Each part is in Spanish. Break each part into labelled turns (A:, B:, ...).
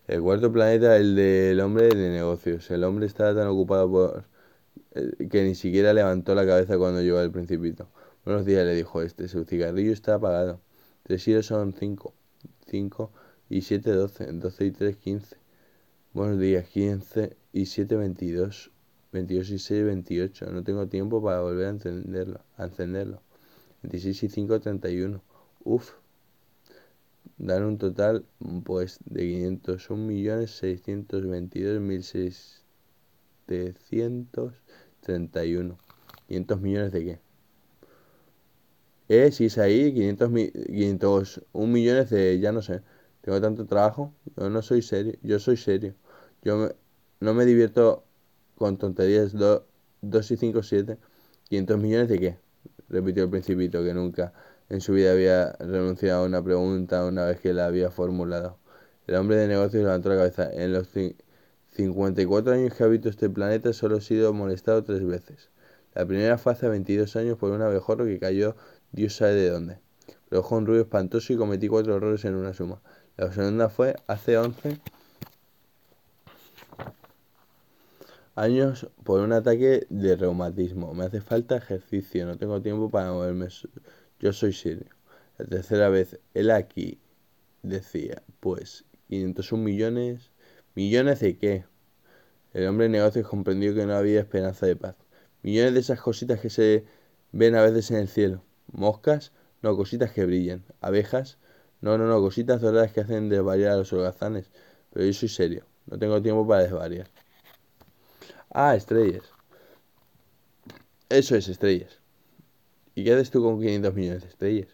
A: El cuarto planeta, el del hombre de negocios. El hombre estaba tan ocupado que ni siquiera levantó la cabeza cuando llegó al Principito. Buenos días, le dijo este. Su cigarrillo está apagado. 3 y 2 son 5. 5 y 7, 12. 12 y 3, 15. Buenos días, 15 y 7, 22. 22 y 6, 28. No tengo tiempo para volver a encenderlo. 26 y 5, 31. Uf. Dan un total, pues, de 501.622.731. ¿500 millones de qué? Si es ahí, 501 millones de... Ya no sé. Tengo tanto trabajo. Yo no soy serio. Yo soy serio. No me divierto con tonterías. 2 y 5, 7. ¿500 millones de qué? Repitió el Principito, que nunca en su vida había renunciado a una pregunta una vez que la había formulado. El hombre de negocios levantó la cabeza. En los 54 años que habito este planeta solo he sido molestado 3 veces. La primera fue hace 22 años por un abejorro que cayó Dios sabe de dónde. Produjo un ruido espantoso y cometí 4 errores en una suma. La segunda fue hace 11 años por un ataque de reumatismo. Me hace falta ejercicio, no tengo tiempo para moverme. Yo soy serio. La tercera vez, él aquí decía, pues, 501 millones. ¿Millones de qué? El hombre de negocios comprendió que no había esperanza de paz. Millones de esas cositas que se ven a veces en el cielo. ¿Moscas? No, cositas que brillan. ¿Abejas? No, no, no, cositas doradas que hacen desvariar a los holgazanes. Pero yo soy serio, no tengo tiempo para desvariar. Ah, estrellas. Eso es, estrellas. ¿Y qué haces tú con 500 millones de estrellas?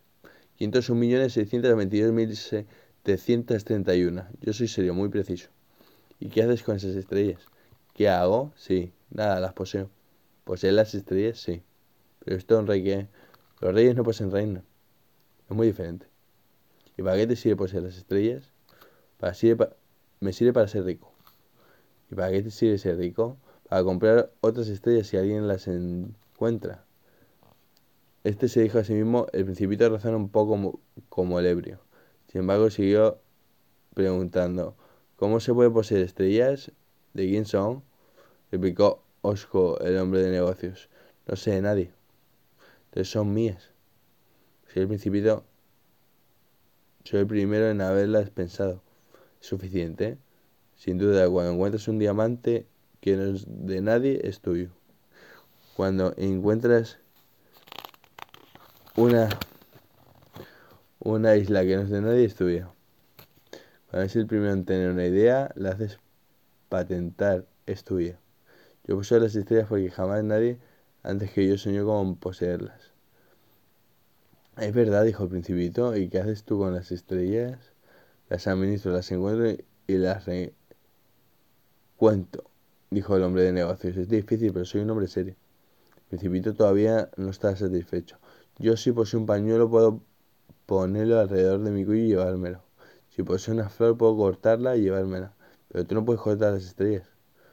A: 501.622.731. Yo soy serio, muy preciso. ¿Y qué haces con esas estrellas? ¿Qué hago? Sí, nada, las poseo. ¿Poseer las estrellas? Sí. Pero esto es un rey que... Los reyes no poseen reino. Es muy diferente. ¿Y para qué te sirve poseer las estrellas? Me sirve para ser rico. ¿Y para qué te sirve ser rico? Para comprar otras estrellas si alguien las encuentra. Este se dijo a sí mismo, el Principito razona un poco como el ebrio. Sin embargo, siguió preguntando, ¿cómo se puede poseer estrellas? ¿De quién son? Replicó Osco, el hombre de negocios. No sé de nadie. Entonces son mías. Soy el Principito, soy el primero en haberlas pensado. ¿Es suficiente? Sin duda, cuando encuentras un diamante que no es de nadie, es tuyo. Cuando encuentras una, una isla que no es de nadie, es tuya. Cuando eres el primero en tener una idea, la haces patentar, es tuya. Yo poseo las estrellas porque jamás nadie antes que yo soñó con poseerlas. Es verdad, dijo el Principito, ¿y qué haces tú con las estrellas? Las administro, las encuentro y las recuento, dijo el hombre de negocios. Es difícil, pero soy un hombre serio. El Principito todavía no estaba satisfecho. Yo si poseo un pañuelo puedo ponerlo alrededor de mi cuello y llevármelo. Si poseo una flor puedo cortarla y llevármela. Pero tú no puedes cortar las estrellas.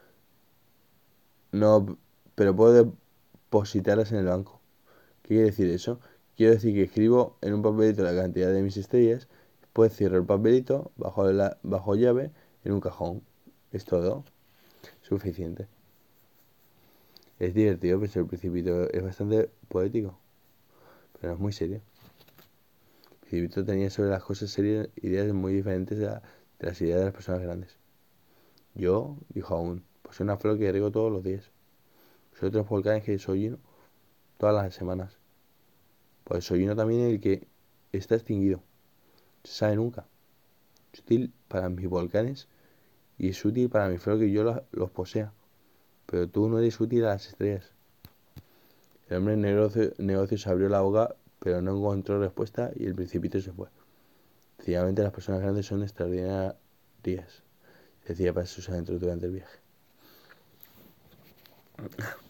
A: No, pero puedo depositarlas en el banco. ¿Qué quiere decir eso? Quiero decir que escribo en un papelito la cantidad de mis estrellas, después cierro el papelito bajo llave en un cajón. Es todo. Suficiente. Es divertido, pero el Principito es bastante poético, pero es muy serio. El Principito tenía sobre las cosas serias ideas muy diferentes de las ideas de las personas grandes. Yo, dijo aún, poseo una flor que riego todos los días. Soy otros volcanes que soy todas las semanas. Pues soy uno también el que está extinguido. No se sabe nunca. Es útil para mis volcanes y es útil para mi flor que yo los posea. Pero tú no eres útil a las estrellas. El hombre en negocios abrió la boca, pero no encontró respuesta y el Principito se fue. Sencillamente las personas grandes son extraordinarias, decía para sus adentros durante el viaje.